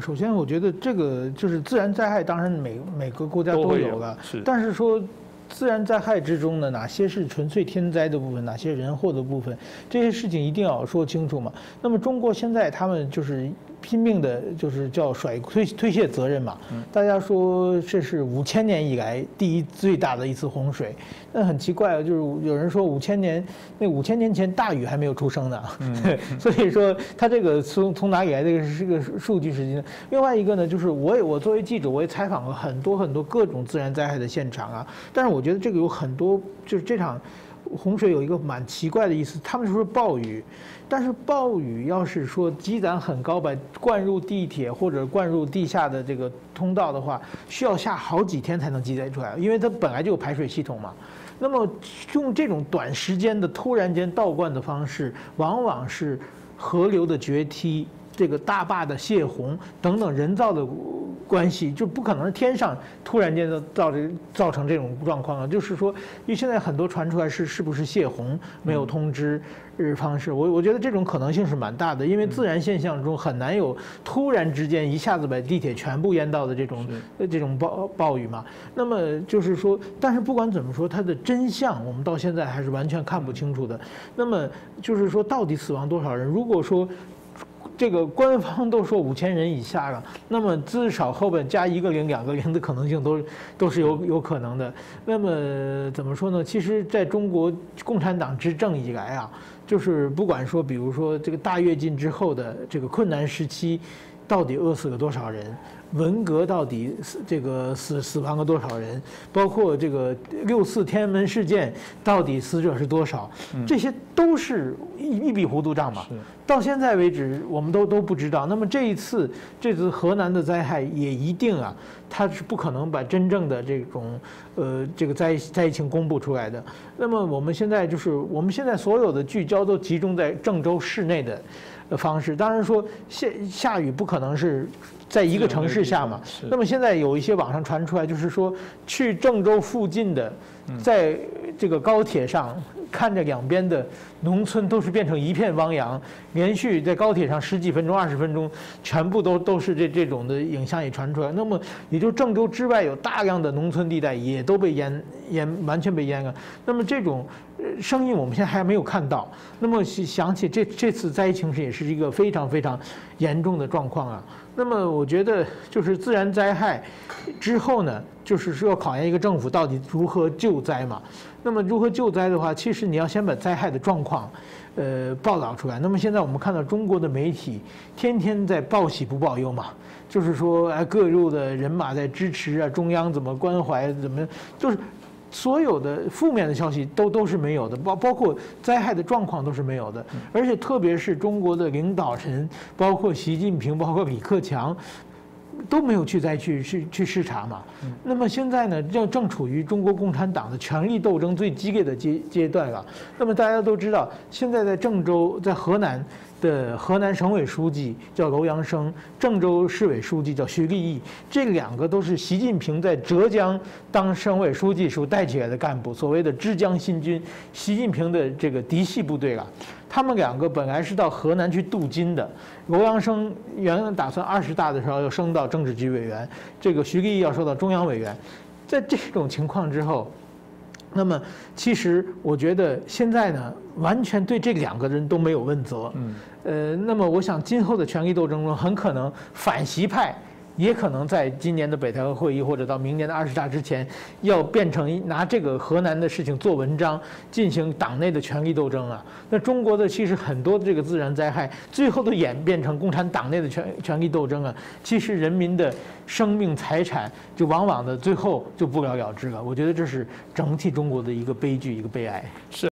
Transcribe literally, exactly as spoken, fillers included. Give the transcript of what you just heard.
首先我觉得这个就是自然灾害，当然每每个国家都有了， 是， 但是说。自然灾害之中呢，哪些是纯粹天灾的部分，哪些人祸的部分，这些事情一定要说清楚嘛。那么中国现在他们就是拼命的，就是叫甩推推卸责任嘛。大家说这是五千年以来第一最大的一次洪水，那很奇怪啊，就是有人说五千年，那五千年前大禹还没有出生呢，嗯、所以说他这个从从哪里来的这个数据是？另外一个呢，就是我也我作为记者，我也采访了很多很多各种自然灾害的现场啊，但是我觉得这个有很多，就是这场洪水有一个蛮奇怪的意思，他们说暴雨，但是暴雨要是说积攒很高，把灌入地铁或者灌入地下的这个通道的话，需要下好几天才能积累出来，因为它本来就有排水系统嘛。那么用这种短时间的突然间倒灌的方式，往往是河流的决堤、这个大坝的泄洪等等人造的关系，就不可能是天上突然间的造这造成这种状况啊。就是说，因为现在很多传出来是是不是泄洪没有通知日方式，我我觉得这种可能性是蛮大的，因为自然现象中很难有突然之间一下子把地铁全部淹到的这种这种暴暴雨嘛。那么就是说，但是不管怎么说，它的真相我们到现在还是完全看不清楚的。那么就是说，到底死亡多少人？如果说这个官方都说五千人以下了，那么至少后边加一个零、两个零的可能性都都是有有可能的。那么怎么说呢？其实在中国共产党执政以来啊，就是不管说，比如说这个大跃进之后的这个困难时期，到底饿死了多少人？文革到底这个死死亡了多少人？包括这个六四天安门事件到底死者是多少？这些都是一一笔糊涂账嘛。到现在为止，我们都都不知道。那么这一次这次河南的灾害也一定啊，它是不可能把真正的这种呃这个灾灾情公布出来的。那么我们现在就是我们现在所有的聚焦都集中在郑州市内的方式。当然说下下雨不可能是在一个城市下嘛。那么现在有一些网上传出来，就是说去郑州附近的，在这个高铁上看着两边的农村都是变成一片汪洋，连续在高铁上十几分钟、二十分钟，全部都都是这这种的影像也传出来。那么也就郑州之外有大量的农村地带也都被淹淹完全被淹了。那么这种声音我们现在还没有看到。那么想起这这次灾情是也是一个非常非常严重的状况啊。那么我觉得就是自然灾害之后呢，就是说要考验一个政府到底如何救灾嘛。那么如何救灾的话，其实你要先把灾害的状况，呃，报道出来。那么现在我们看到中国的媒体天天在报喜不报忧嘛，就是说哎各路的人马在支持啊，中央怎么关怀怎么，就是所有的负面的消息都都是没有的，包包括灾害的状况都是没有的。而且特别是中国的领导人，包括习近平，包括李克强，都没有去灾区去去视察嘛。那么现在呢，正正处于中国共产党的权力斗争最激烈的阶阶段了。那么大家都知道，现在在郑州，在河南的河南省委书记叫楼阳生，郑州市委书记叫徐立毅，这两个都是习近平在浙江当省委书记时候带起来的干部，所谓的枝江新军，习近平的这个嫡系部队了。他们两个本来是到河南去镀金的，楼阳生原来打算二十大的时候要升到政治局委员，这个徐立毅要升到中央委员。在这种情况之后，那么其实我觉得现在呢，完全对这两个人都没有问责。嗯，呃，那么我想今后的权力斗争中，很可能反习派也可能在今年的北戴河会议或者到明年的二十大之前，要变成拿这个河南的事情做文章，进行党内的权力斗争啊。那中国的其实很多的这个自然灾害，最后都演变成共产党内的权权力斗争啊。其实人民的生命财产就往往的最后就不了了之了。我觉得这是整体中国的一个悲剧，一个悲哀。 是。